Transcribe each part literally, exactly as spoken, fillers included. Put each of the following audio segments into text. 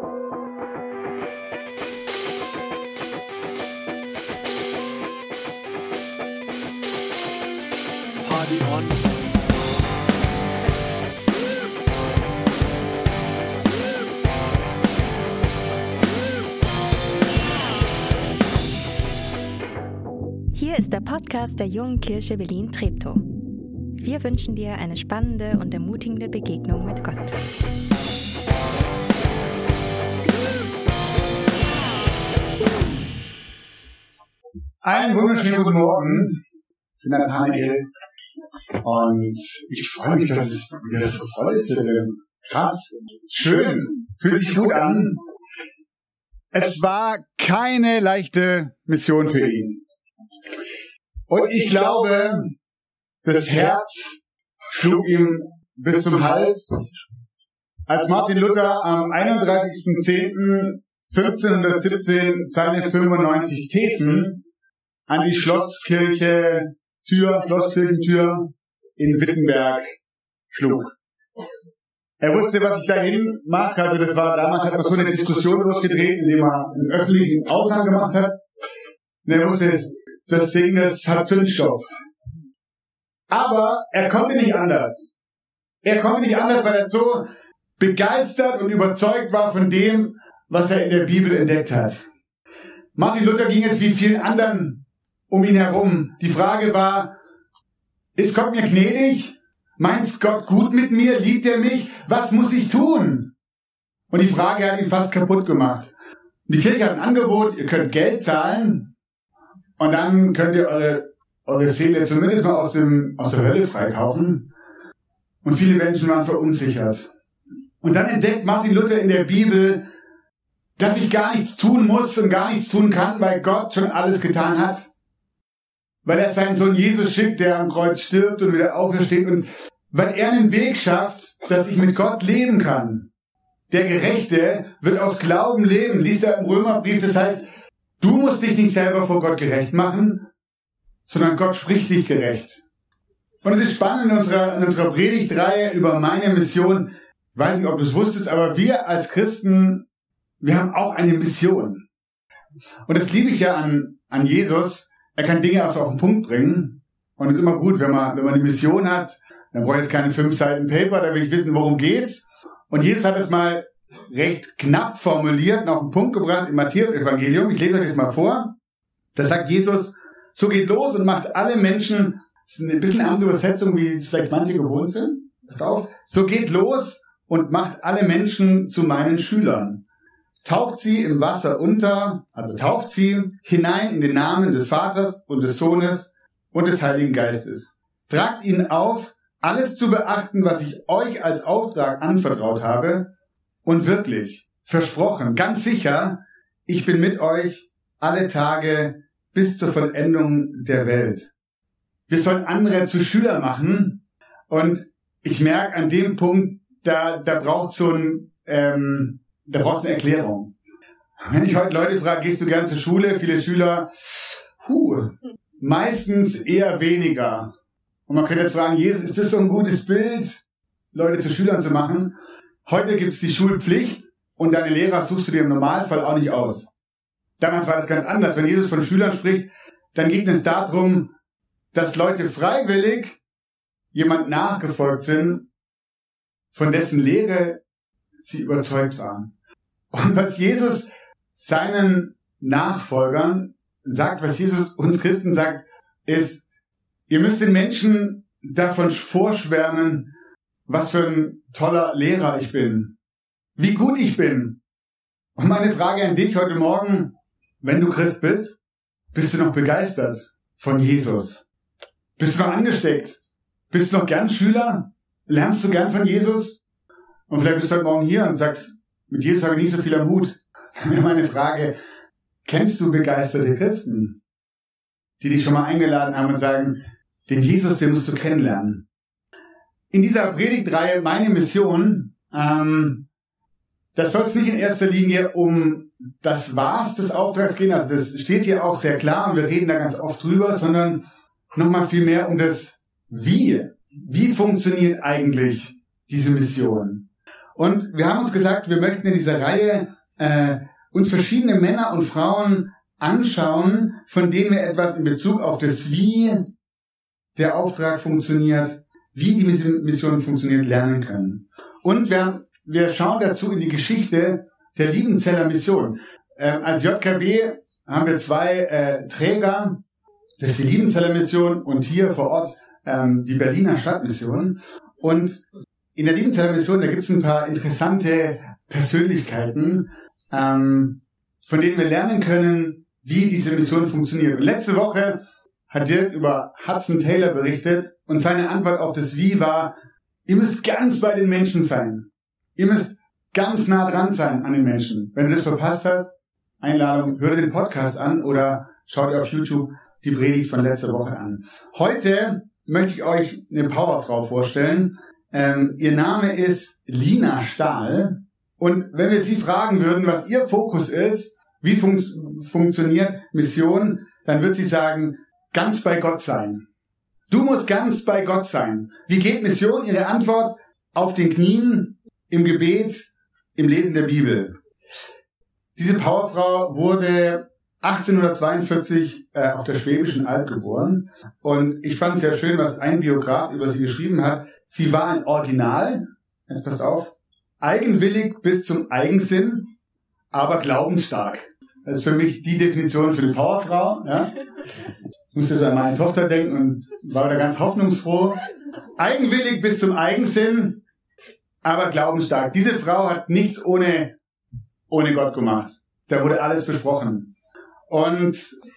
Party on. Hier ist der Podcast der Jungen Kirche Berlin-Treptow. Wir wünschen dir eine spannende und ermutigende Begegnung mit Gott. Einen wunderschönen guten Morgen. Ich bin Nathanael und ich freue mich, dass es wieder so voll ist. Krass, schön, fühlt sich gut an. Es war keine leichte Mission für ihn. Und ich glaube, das Herz schlug ihm bis zum Hals, als Martin Luther am einunddreißigsten zehnten fünfzehnhundertsiebzehn seine fünfundneunzig Thesen an die Schlosskirche Tür, Schlosskirchentür in Wittenberg schlug. Er wusste, was ich dahin mache. Also das war damals, hat man so eine Diskussion losgedreht, indem man einen öffentlichen Aushang gemacht hat. Und er wusste, das Ding, das hat Zündstoff. Aber er konnte nicht anders. Er konnte nicht anders, weil er so begeistert und überzeugt war von dem, was er in der Bibel entdeckt hat. Martin Luther ging es wie vielen anderen um ihn herum. Die Frage war, ist Gott mir gnädig? Meint Gott gut mit mir? Liebt er mich? Was muss ich tun? Und die Frage hat ihn fast kaputt gemacht. Die Kirche hat ein Angebot, ihr könnt Geld zahlen und dann könnt ihr eure, eure Seele zumindest mal aus, dem, aus der Hölle freikaufen. Und viele Menschen waren verunsichert. Und dann entdeckt Martin Luther in der Bibel, dass ich gar nichts tun muss und gar nichts tun kann, weil Gott schon alles getan hat. Weil er seinen Sohn Jesus schickt, der am Kreuz stirbt und wieder aufersteht und weil er einen Weg schafft, dass ich mit Gott leben kann. Der Gerechte wird aus Glauben leben, liest er im Römerbrief. Das heißt, du musst dich nicht selber vor Gott gerecht machen, sondern Gott spricht dich gerecht. Und es ist spannend in unserer, in unserer Predigtreihe über meine Mission. Ich weiß nicht, ob du es wusstest, aber wir als Christen, wir haben auch eine Mission. Und das liebe ich ja an, an Jesus. Er kann Dinge auch so auf den Punkt bringen. Und es ist immer gut, wenn man, wenn man eine Mission hat, dann brauche ich jetzt keine fünf Seiten Paper, da will ich wissen, worum geht's. Und Jesus hat es mal recht knapp formuliert und auf den Punkt gebracht im Matthäus-Evangelium. Ich lese euch das mal vor. Da sagt Jesus, so geht los und macht alle Menschen, das ist eine bisschen andere Übersetzung, wie es vielleicht manche gewohnt sind. Passt auf. So geht los und macht alle Menschen zu meinen Schülern. Taucht sie im Wasser unter, also tauft sie hinein in den Namen des Vaters und des Sohnes und des Heiligen Geistes. Tragt ihnen auf, alles zu beachten, was ich euch als Auftrag anvertraut habe. Und wirklich, versprochen, ganz sicher, ich bin mit euch alle Tage bis zur Vollendung der Welt. Wir sollen andere zu Schülern machen. Und ich merke an dem Punkt, da, da braucht so ein, ähm, da braucht es eine Erklärung. Wenn ich heute Leute frage, gehst du gern zur Schule? Viele Schüler, huh, meistens eher weniger. Und man könnte jetzt fragen, Jesus, ist das so ein gutes Bild, Leute zu Schülern zu machen? Heute gibt es die Schulpflicht und deine Lehrer suchst du dir im Normalfall auch nicht aus. Damals war das ganz anders. Wenn Jesus von Schülern spricht, dann ging es darum, dass Leute freiwillig jemand nachgefolgt sind, von dessen Lehre sie überzeugt waren. Und was Jesus seinen Nachfolgern sagt, was Jesus uns Christen sagt, ist, ihr müsst den Menschen davon vorschwärmen, was für ein toller Lehrer ich bin, wie gut ich bin. Und meine Frage an dich heute Morgen, wenn du Christ bist, bist du noch begeistert von Jesus? Bist du noch angesteckt? Bist du noch gern Schüler? Lernst du gern von Jesus? Und vielleicht bist du heute Morgen hier und sagst, mit Jesus habe ich nicht so viel am Hut. Dann wäre meine Frage, kennst du begeisterte Christen, die dich schon mal eingeladen haben und sagen, den Jesus, den musst du kennenlernen? In dieser Predigtreihe Meine Mission, ähm, das soll es nicht in erster Linie um das Was des Auftrags gehen, also das steht hier auch sehr klar und wir reden da ganz oft drüber, sondern nochmal viel mehr um das Wie. Wie funktioniert eigentlich diese Mission? Und wir haben uns gesagt, wir möchten in dieser Reihe äh, uns verschiedene Männer und Frauen anschauen, von denen wir etwas in Bezug auf das, wie der Auftrag funktioniert, wie die Mission funktioniert, lernen können. Und wir, wir schauen dazu in die Geschichte der Liebenzeller Mission. Ähm, als J K B haben wir zwei äh, Träger, das ist die Liebenzeller Mission und hier vor Ort ähm, die Berliner Stadtmission. Und in der Liebenzeller Mission, da gibt es ein paar interessante Persönlichkeiten, ähm, von denen wir lernen können, wie diese Mission funktioniert. Und letzte Woche hat Dirk über Hudson Taylor berichtet und seine Antwort auf das Wie war, ihr müsst ganz bei den Menschen sein. Ihr müsst ganz nah dran sein an den Menschen. Wenn du das verpasst hast, Einladung, hör dir den Podcast an oder schau dir auf YouTube die Predigt von letzter Woche an. Heute möchte ich euch eine Powerfrau vorstellen. Ähm, ihr Name ist Lina Stahl. Und wenn wir sie fragen würden, was ihr Fokus ist, wie fun- funktioniert Mission, dann wird sie sagen, ganz bei Gott sein. Du musst ganz bei Gott sein. Wie geht Mission? Ihre Antwort: auf den Knien, im Gebet, im Lesen der Bibel. Diese Powerfrau wurde achtzehnhundertzweiundvierzig äh, auf der Schwäbischen Alb geboren. Und ich fand es sehr schön, was ein Biograf über sie geschrieben hat. Sie war ein Original, jetzt passt auf, eigenwillig bis zum Eigensinn, aber glaubensstark. Das ist für mich die Definition für die Powerfrau. Ja? Ich musste so an meine Tochter denken und war da ganz hoffnungsfroh. Eigenwillig bis zum Eigensinn, aber glaubensstark. Diese Frau hat nichts ohne, ohne Gott gemacht. Da wurde alles besprochen. Und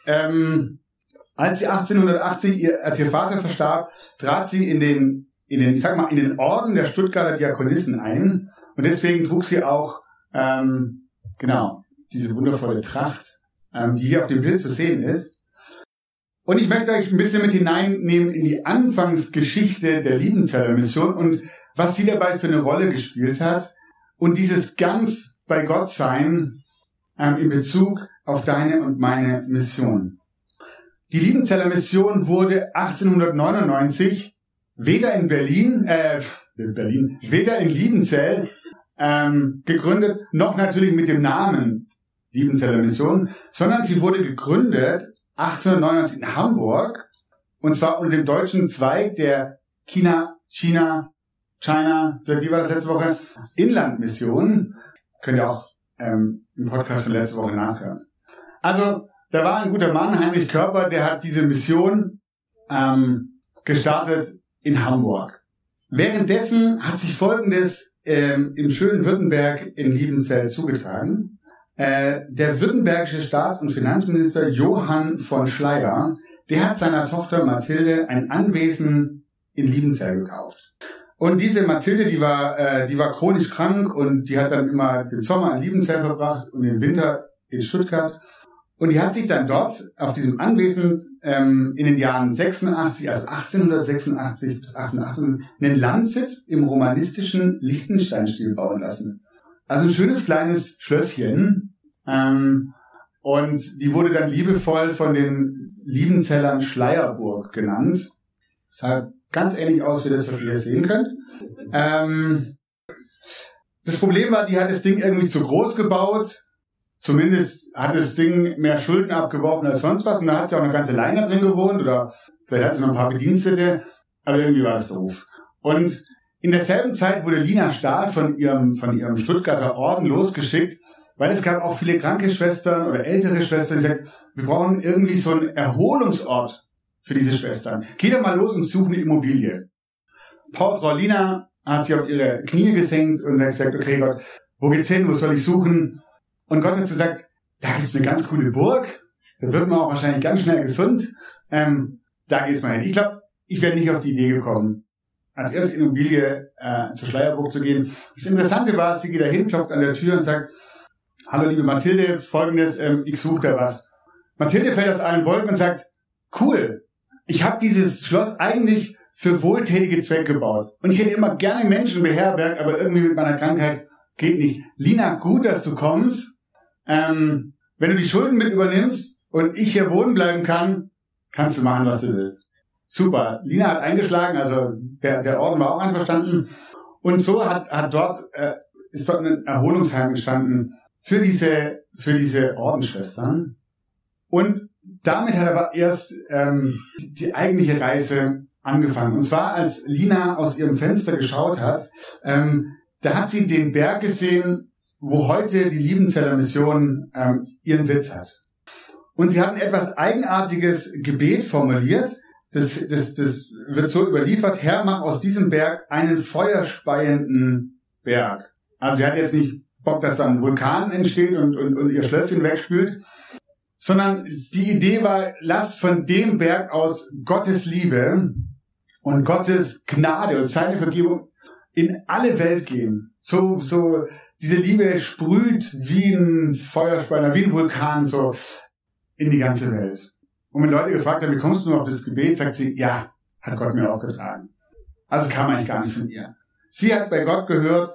ähm, als sie achtzehnhundertachtzig, ihr, als ihr Vater verstarb, trat sie in den, in den, ich sag mal, in den Orden der Stuttgarter Diakonissen ein. Und deswegen trug sie auch, ähm, genau, diese wundervolle Tracht, ähm, die hier auf dem Bild zu sehen ist. Und ich möchte euch ein bisschen mit hineinnehmen in die Anfangsgeschichte der Liebenzeller Mission und was sie dabei für eine Rolle gespielt hat und dieses ganz bei Gott sein ähm, in Bezug auf deine und meine Mission. Die Liebenzeller Mission wurde achtzehnhundertneunundneunzig weder in Berlin, äh, in Berlin, weder in Liebenzell ähm, gegründet, noch natürlich mit dem Namen Liebenzeller Mission, sondern sie wurde gegründet achtzehnhundertneunundneunzig in Hamburg, und zwar unter dem deutschen Zweig der China, China, China, wie war das letzte Woche? Inlandmission. Könnt ihr auch ähm, im Podcast von letzter Woche nachhören. Also, da war ein guter Mann, Heinrich Körper, der hat diese Mission ähm, gestartet in Hamburg. Währenddessen hat sich Folgendes ähm, im schönen Württemberg in Liebenzell zugetragen. Äh, der württembergische Staats- und Finanzminister Johann von Schleier, der hat seiner Tochter Mathilde ein Anwesen in Liebenzell gekauft. Und diese Mathilde, die war, äh, die war chronisch krank und die hat dann immer den Sommer in Liebenzell verbracht und den Winter in Stuttgart. Und die hat sich dann dort auf diesem Anwesen ähm, in den Jahren sechsundachtzig, also achtzehnhundertsechsundachtzig bis achtzehnhundertachtundachtzig, einen Landsitz im romanistischen Liechtenstein-Stil bauen lassen. Also ein schönes kleines Schlösschen. Ähm, und die wurde dann liebevoll von den Liebenzellern Schleierburg genannt. Das sah ganz ähnlich aus, wie das, was ihr hier sehen könnt. Ähm, das Problem war, die hat das Ding irgendwie zu groß gebaut. Zumindest hat das Ding mehr Schulden abgeworfen als sonst was. Und da hat sie auch eine ganze Leine drin gewohnt. Oder vielleicht hat sie noch ein paar Bedienstete. Aber irgendwie war es doof. Und in derselben Zeit wurde Lina Stahl von ihrem, von ihrem Stuttgarter Orden losgeschickt, weil es gab auch viele kranke Schwestern oder ältere Schwestern, die sagten, wir brauchen irgendwie so einen Erholungsort für diese Schwestern. Geht doch mal los und suchen eine Immobilie. Powerfrau Lina hat sich auf ihre Knie gesenkt und hat gesagt, okay Gott, wo geht's hin, wo soll ich suchen? Und Gott hat gesagt, da gibt's eine ganz coole Burg, da wird man auch wahrscheinlich ganz schnell gesund, ähm, da geht's mal hin. Ich glaube, ich wäre nicht auf die Idee gekommen, als erste Immobilie äh, zur Schleierburg zu gehen. Das Interessante war, sie geht da hin, klopft an der Tür und sagt, hallo liebe Mathilde, folgendes, ähm, ich suche da was. Mathilde fällt aus allen Wolken und sagt, cool, ich habe dieses Schloss eigentlich für wohltätige Zwecke gebaut. Und ich hätte immer gerne Menschen beherbergt, aber irgendwie mit meiner Krankheit geht nicht. Lina, gut, dass du kommst. Ähm, wenn du die Schulden mit übernimmst und ich hier wohnen bleiben kann, kannst du machen, was du willst. Super. Lina hat eingeschlagen, also der, der Orden war auch einverstanden. Und so hat, hat dort äh, ist dort ein Erholungsheim entstanden für diese, für diese Ordensschwestern. Und damit hat aber erst ähm, die, die eigentliche Reise angefangen. Und zwar, als Lina aus ihrem Fenster geschaut hat, ähm, da hat sie den Berg gesehen, wo heute die Liebenzeller Mission ähm, ihren Sitz hat. Und sie hat ein etwas eigenartiges Gebet formuliert. Das, das, das wird so überliefert: Herr, mach aus diesem Berg einen feuerspeienden Berg. Also sie hat jetzt nicht Bock, dass da ein Vulkan entsteht und, und, und ihr Schlösschen wegspült, sondern die Idee war, lass von dem Berg aus Gottes Liebe und Gottes Gnade und seine Vergebung in alle Welt gehen. So, so, diese Liebe sprüht wie ein Feuerspeier, wie ein Vulkan, so in die ganze Welt. Und wenn Leute gefragt haben, wie kommst du auf das Gebet, sagt sie, ja, hat Gott mir aufgetragen. Also kam eigentlich gar nicht von ihr. Sie hat bei Gott gehört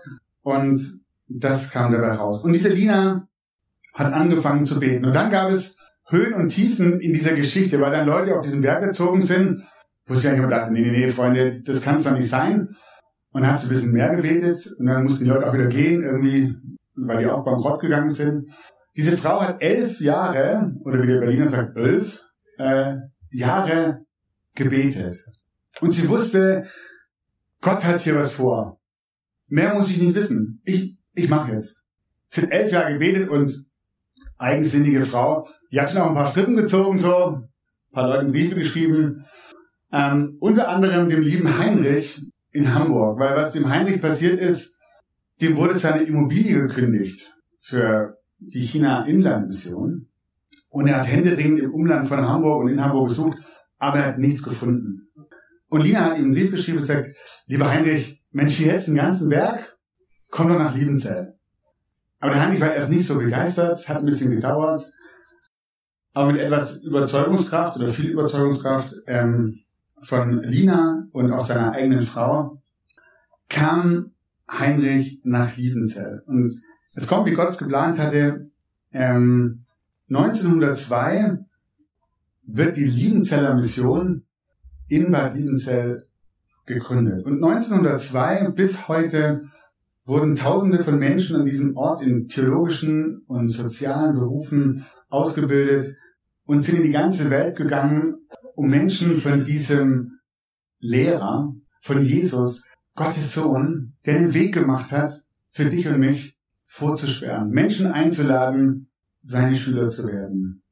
und das kam dabei raus. Und diese Lina hat angefangen zu beten. Und dann gab es Höhen und Tiefen in dieser Geschichte, weil dann Leute auf diesen Berg gezogen sind, wo sie eigentlich immer dachten, nee, nee, nee, Freunde, das kann es doch nicht sein. Und dann hat sie ein bisschen mehr gebetet und dann mussten die Leute auch wieder gehen, irgendwie, weil die auch bankrott gegangen sind. Diese Frau hat elf Jahre, oder wie der Berliner sagt, elf äh, Jahre gebetet. Und sie wusste, Gott hat hier was vor. Mehr muss ich nicht wissen. Ich, ich mache jetzt. Sie hat elf Jahre gebetet und eigensinnige Frau. Die hat schon auch ein paar Strippen gezogen, so, ein paar Leuten Briefe geschrieben. Ähm, unter anderem dem lieben Heinrich in Hamburg, weil was dem Heinrich passiert ist, dem wurde seine Immobilie gekündigt für die China-Inland-Mission. Und er hat händeringend im Umland von Hamburg und in Hamburg gesucht, aber er hat nichts gefunden. Und Lina hat ihm einen Brief geschrieben und sagt, lieber Heinrich, Mensch, hier jetzt einen ganzen Berg, komm doch nach Liebenzell. Aber der Heinrich war erst nicht so begeistert, hat ein bisschen gedauert, aber mit etwas Überzeugungskraft oder viel Überzeugungskraft ähm, von Lina und auch seiner eigenen Frau kam Heinrich nach Liebenzell. Und es kommt, wie Gott es geplant hatte, ähm, neunzehnhundertzwei wird die Liebenzeller Mission in Bad Liebenzell gegründet. Und neunzehnhundertzwei bis heute wurden Tausende von Menschen an diesem Ort in theologischen und sozialen Berufen ausgebildet und sind in die ganze Welt gegangen, um Menschen von diesem Lehrer, von Jesus, Gottes Sohn, der den Weg gemacht hat, für dich und mich vorzuschwärmen, Menschen einzuladen, seine Schüler zu werden.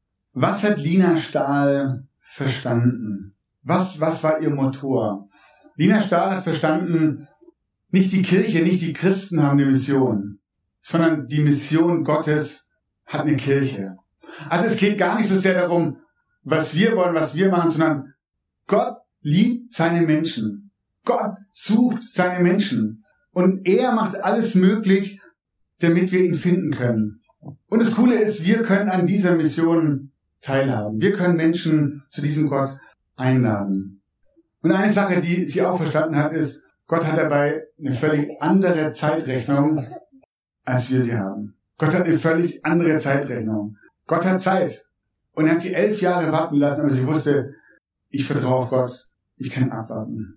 Was hat Lina Stahl verstanden? Was, was war ihr Motor? Lina Stahl hat verstanden, nicht die Kirche, nicht die Christen haben eine Mission, sondern die Mission Gottes hat eine Kirche. Also es geht gar nicht so sehr darum, was wir wollen, was wir machen, sondern Gott liebt seine Menschen. Gott sucht seine Menschen. Und er macht alles möglich, damit wir ihn finden können. Und das Coole ist, wir können an dieser Mission teilhaben. Wir können Menschen zu diesem Gott einladen. Und eine Sache, die sie auch verstanden hat, ist, Gott hat dabei eine völlig andere Zeitrechnung, als wir sie haben. Gott hat eine völlig andere Zeitrechnung. Gott hat Zeit. Und er hat sie elf Jahre warten lassen, aber sie wusste, ich vertraue auf Gott. Ich kann abwarten.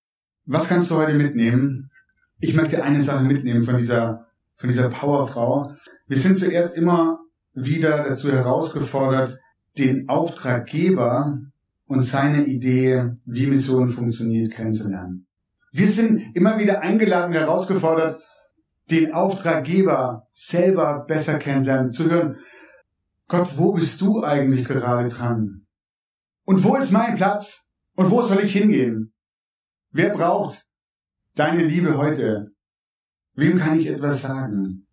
Was kannst du heute mitnehmen? Ich möchte eine Sache mitnehmen von dieser, von dieser Powerfrau. Wir sind zuerst immer wieder dazu herausgefordert, den Auftraggeber und seine Idee, wie Mission funktioniert, kennenzulernen. Wir sind immer wieder eingeladen, herausgefordert, den Auftraggeber selber besser kennenzulernen, zu hören, Gott, wo bist du eigentlich gerade dran? Und wo ist mein Platz? Und wo soll ich hingehen? Wer braucht deine Liebe heute? Wem kann ich etwas sagen?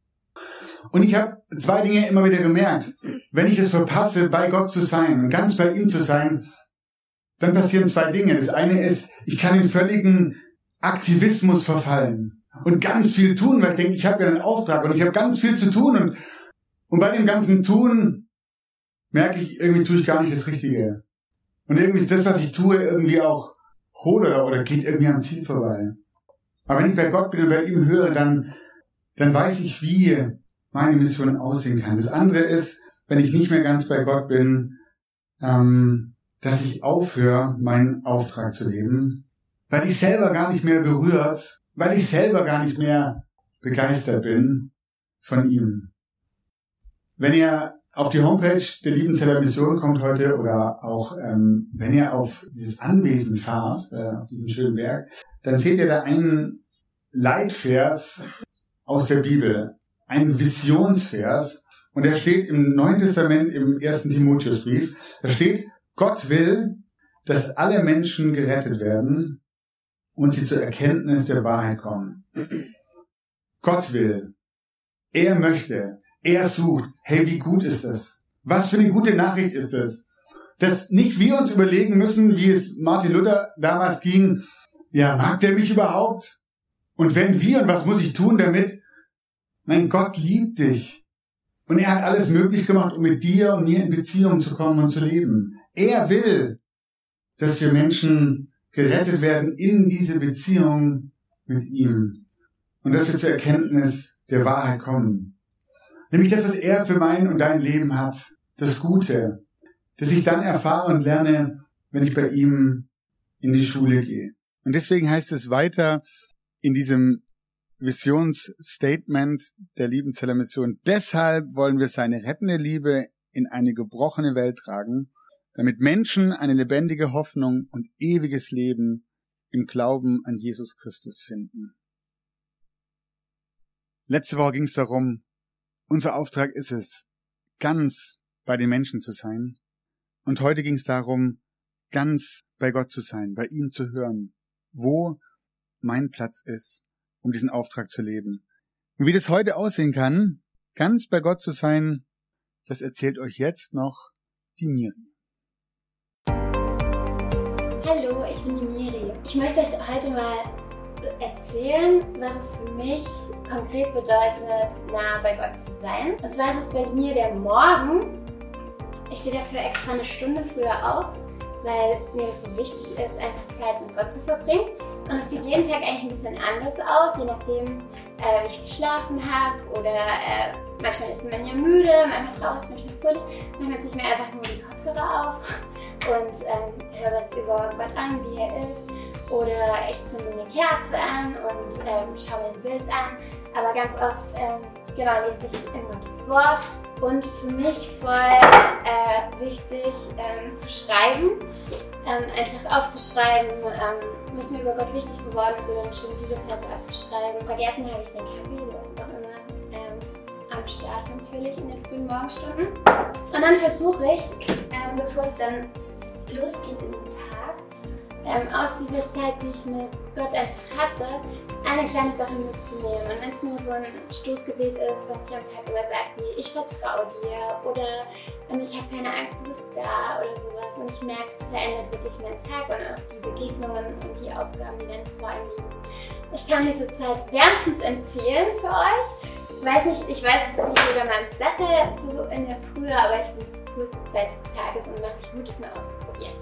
Und ich habe zwei Dinge immer wieder gemerkt. Wenn ich es verpasse, bei Gott zu sein und ganz bei ihm zu sein, dann passieren zwei Dinge. Das eine ist, ich kann in völligen Aktivismus verfallen und ganz viel tun, weil ich denke, ich habe ja einen Auftrag und ich habe ganz viel zu tun. Und, und bei dem ganzen Tun merke ich, irgendwie tue ich gar nicht das Richtige. Und irgendwie ist das, was ich tue, irgendwie auch hohl oder, oder geht irgendwie am Ziel vorbei. Aber wenn ich bei Gott bin und bei ihm höre, dann, dann weiß ich, wie meine Mission aussehen kann. Das andere ist, wenn ich nicht mehr ganz bei Gott bin, ähm, dass ich aufhöre, meinen Auftrag zu leben, weil ich selber gar nicht mehr berührt, weil ich selber gar nicht mehr begeistert bin von ihm. Wenn ihr auf die Homepage der Liebenzeller Mission kommt heute oder auch ähm, wenn ihr auf dieses Anwesen fahrt, äh, auf diesen schönen Berg, dann seht ihr da einen Leitvers aus der Bibel, einen Visionsvers, und der steht im Neuen Testament im ersten Timotheusbrief. Da steht: Gott will, dass alle Menschen gerettet werden und sie zur Erkenntnis der Wahrheit kommen. Gott will, er möchte, er sucht. Hey, wie gut ist das? Was für eine gute Nachricht ist das? Dass nicht wir uns überlegen müssen, wie es Martin Luther damals ging. Ja, mag der mich überhaupt? Und wenn wir, und was muss ich tun damit? Mein Gott liebt dich. Und er hat alles möglich gemacht, um mit dir und mir in Beziehung zu kommen und zu leben. Er will, dass wir Menschen gerettet werden in diese Beziehung mit ihm. Und dass wir zur Erkenntnis der Wahrheit kommen. Nämlich das, was er für mein und dein Leben hat. Das Gute. Das ich dann erfahre und lerne, wenn ich bei ihm in die Schule gehe. Und deswegen heißt es weiter in diesem Visionsstatement der Liebenzeller Mission: Deshalb wollen wir seine rettende Liebe in eine gebrochene Welt tragen, damit Menschen eine lebendige Hoffnung und ewiges Leben im Glauben an Jesus Christus finden. Letzte Woche ging es darum, unser Auftrag ist es, ganz bei den Menschen zu sein. Und heute ging es darum, ganz bei Gott zu sein, bei ihm zu hören, wo mein Platz ist, um diesen Auftrag zu leben. Und wie das heute aussehen kann, ganz bei Gott zu sein, das erzählt euch jetzt noch die Miri. Hallo, ich bin die Miri. Ich möchte euch heute mal erzählen, was es für mich konkret bedeutet, nah bei Gott zu sein. Und zwar ist es bei mir der Morgen. Ich stehe dafür extra eine Stunde früher auf, weil mir das so wichtig ist, einfach Zeit mit Gott zu verbringen. Und es sieht jeden Tag eigentlich ein bisschen anders aus, je nachdem, äh, wie ich geschlafen habe. Oder äh, manchmal ist man ja müde, manchmal traurig, manchmal fröhlich. Manchmal ziehe ich mir einfach nur die Kopfhörer auf und ähm, höre was über Gott an, wie er ist. Oder ich zünde eine Kerze an und ähm, schaue mir ein Bild an. Aber ganz oft ähm, genau, lese ich in Gottes Wort. Und für mich voll äh, wichtig ähm, zu schreiben, ähm, einfach aufzuschreiben, ähm, was mir über Gott wichtig geworden ist, oder eine schöne Bibelverse abzuschreiben. Vergessen habe ich den Kaffee, der ist auch immer ähm, am Start natürlich in den frühen Morgenstunden. Und dann versuche ich, ähm, bevor es dann losgeht in den Tag, ähm, aus dieser Zeit, die ich mit Gott einfach hatte, eine kleine Sache mitzunehmen. Und wenn es nur so ein Stoßgebet ist, was ich am Tag über sage, wie ich vertraue dir oder ähm, ich habe keine Angst, du bist da oder sowas. Und ich merke, es verändert wirklich meinen Tag und auch die Begegnungen und die Aufgaben, die dann vor allem liegen. Ich kann diese Zeit wärmstens empfehlen für euch. Ich weiß nicht, ich weiß, es ist nicht jedermanns Sache so in der Früh, aber ich finde es die coolste Zeit des Tages und mache mich gut, es mal auszuprobieren.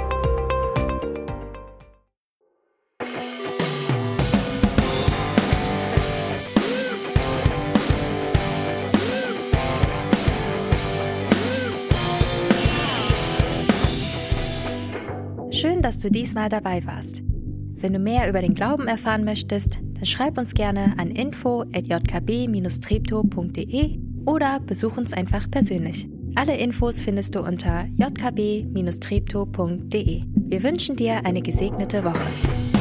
Schön, dass du diesmal dabei warst. Wenn du mehr über den Glauben erfahren möchtest, dann schreib uns gerne an info at j k b dash treptow punkt d e oder besuch uns einfach persönlich. Alle Infos findest du unter j k b dash treptow punkt d e. Wir wünschen dir eine gesegnete Woche.